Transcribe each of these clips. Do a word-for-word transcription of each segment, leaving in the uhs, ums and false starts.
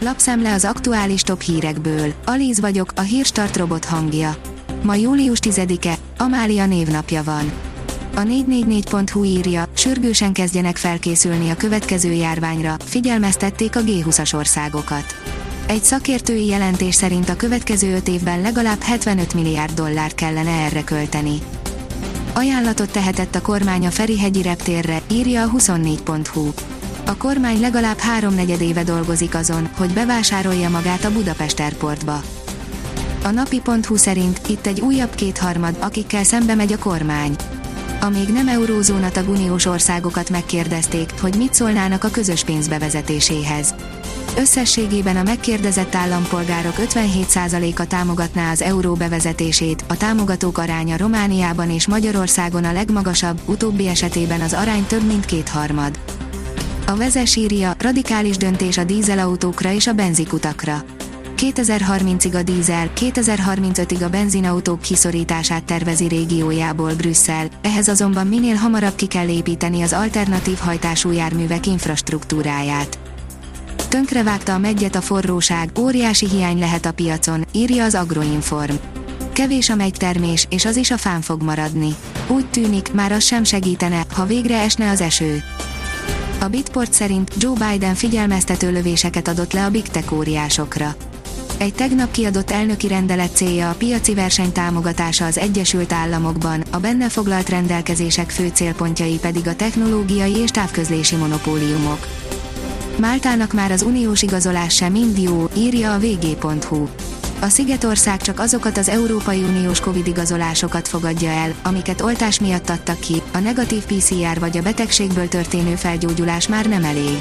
Lapszemle az aktuális top hírekből. Alíz vagyok, a Hírstart robot hangja. Ma július tizedike, Amália névnapja van. A négy négy négy pont hu írja, sürgősen kezdjenek felkészülni a következő járványra, figyelmeztették a gé huszas országokat. Egy szakértői jelentés szerint a következő öt évben legalább hetvenöt milliárd dollárt kellene erre költeni. Ajánlatot tehetett a kormány a Ferihegyi reptérre, írja a huszonnégy pont hu. A kormány legalább háromnegyed éve dolgozik azon, hogy bevásárolja magát a Budapest Airportba. A napi pont hu szerint itt egy újabb kétharmad, akikkel szembe megy a kormány. A még nem eurózónatag uniós országokat megkérdezték, hogy mit szólnának a közös pénz bevezetéséhez. Összességében a megkérdezett állampolgárok ötvenhét százaléka támogatná az euró bevezetését, a támogatók aránya Romániában és Magyarországon a legmagasabb, utóbbi esetében az arány több mint kétharmad. A Vezes írja, radikális döntés a dízelautókra és a benzikutakra. kétezer-harmincig a dízel, kétezer-harmincötig a benzinautók kiszorítását tervezi régiójából Brüsszel, ehhez azonban minél hamarabb ki kell építeni az alternatív hajtású járművek infrastruktúráját. Tönkrevágta a meggyet a forróság, óriási hiány lehet a piacon, írja az Agroinform. Kevés a megytermés, és az is a fán fog maradni. Úgy tűnik, már az sem segítene, ha végre esne az eső. A Bitport szerint Joe Biden figyelmeztető lövéseket adott le a Big Tech óriásokra. Egy tegnap kiadott elnöki rendelet célja a piaci verseny támogatása az Egyesült Államokban, a benne foglalt rendelkezések fő célpontjai pedig a technológiai és távközlési monopóliumok. Máltának már az uniós igazolás sem mind jó, írja a vé gé pont hu. A Szigetország csak azokat az Európai Uniós Covid igazolásokat fogadja el, amiket oltás miatt adtak ki, a negatív pé cé er vagy a betegségből történő felgyógyulás már nem elég.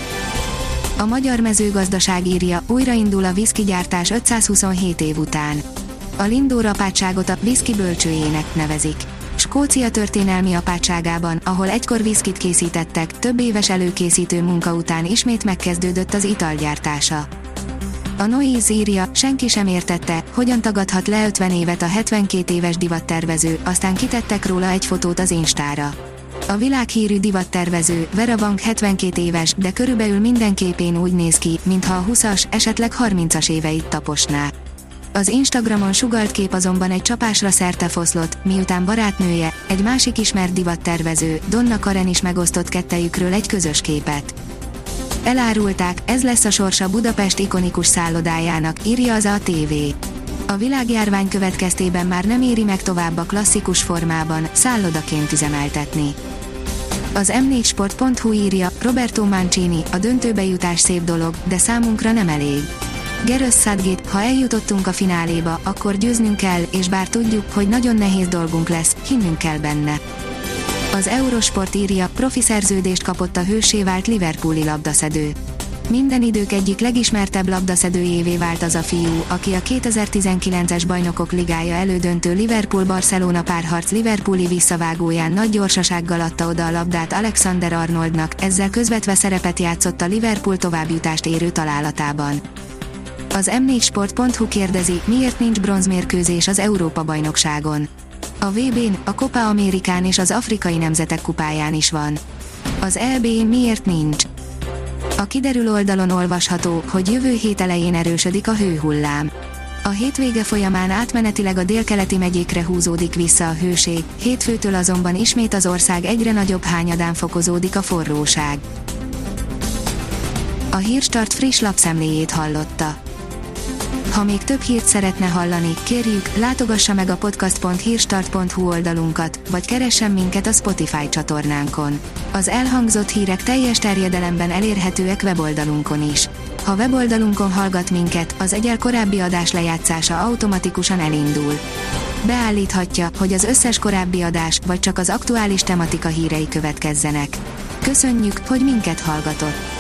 A Magyar Mezőgazdaság írja, újraindul a viszkigyártás ötszázhuszonhét év után. A Lindor apátságot a viszki bölcsőjének nevezik. Skócia történelmi apátságában, ahol egykor viszkit készítettek, több éves előkészítő munka után ismét megkezdődött az italgyártása. A Noise írja, senki sem értette, hogyan tagadhat le ötven évet a hetvenkét éves divattervező, aztán kitettek róla egy fotót az Instára. A világhírű divattervező, Vera Wang hetvenkét éves, de körülbelül minden képén úgy néz ki, mintha a húszas, esetleg harmincas éveit taposná. Az Instagramon sugalt kép azonban egy csapásra szertefoszlott, miután barátnője, egy másik ismert divattervező, Donna Karen is megosztott kettejükről egy közös képet. Elárulták, ez lesz a sorsa Budapest ikonikus szállodájának, írja az á té vé. A világjárvány következtében már nem éri meg tovább a klasszikus formában, szállodaként üzemeltetni. Az em négy sport pont hu írja, Roberto Mancini, a döntőbe jutás szép dolog, de számunkra nem elég. Gareth Southgate, ha eljutottunk a fináléba, akkor győznünk kell, és bár tudjuk, hogy nagyon nehéz dolgunk lesz, hinnünk kell benne. Az Eurosport írja, profi szerződést kapott a hőssé vált liverpooli labdaszedő. Minden idők egyik legismertebb labdaszedőjévé vált az a fiú, aki a kétezer-tizenkilences Bajnokok Ligája elődöntő Liverpool-Barcelona párharc liverpooli visszavágóján nagy gyorsasággal adta oda a labdát Alexander Arnoldnak, ezzel közvetve szerepet játszott a Liverpool továbbjutást érő találatában. Az em négy sport pont hu kérdezi, miért nincs bronzmérkőzés az Európa-bajnokságon. A vé bén, a Copa Amerikán és az Afrikai Nemzetek Kupáján is van. Az é bén miért nincs? A kiderül oldalon olvasható, hogy jövő hét elején erősödik a hőhullám. A hétvége folyamán átmenetileg a délkeleti megyékre húzódik vissza a hőség, hétfőtől azonban ismét az ország egyre nagyobb hányadán fokozódik a forróság. A Hírstart friss lapszemléjét hallotta. Ha még több hírt szeretne hallani, kérjük, látogassa meg a podcast pont hírstart pont hu oldalunkat, vagy keressen minket a Spotify csatornánkon. Az elhangzott hírek teljes terjedelemben elérhetőek weboldalunkon is. Ha weboldalunkon hallgat minket, az egyel korábbi adás lejátszása automatikusan elindul. Beállíthatja, hogy az összes korábbi adás, vagy csak az aktuális tematika hírei következzenek. Köszönjük, hogy minket hallgatott!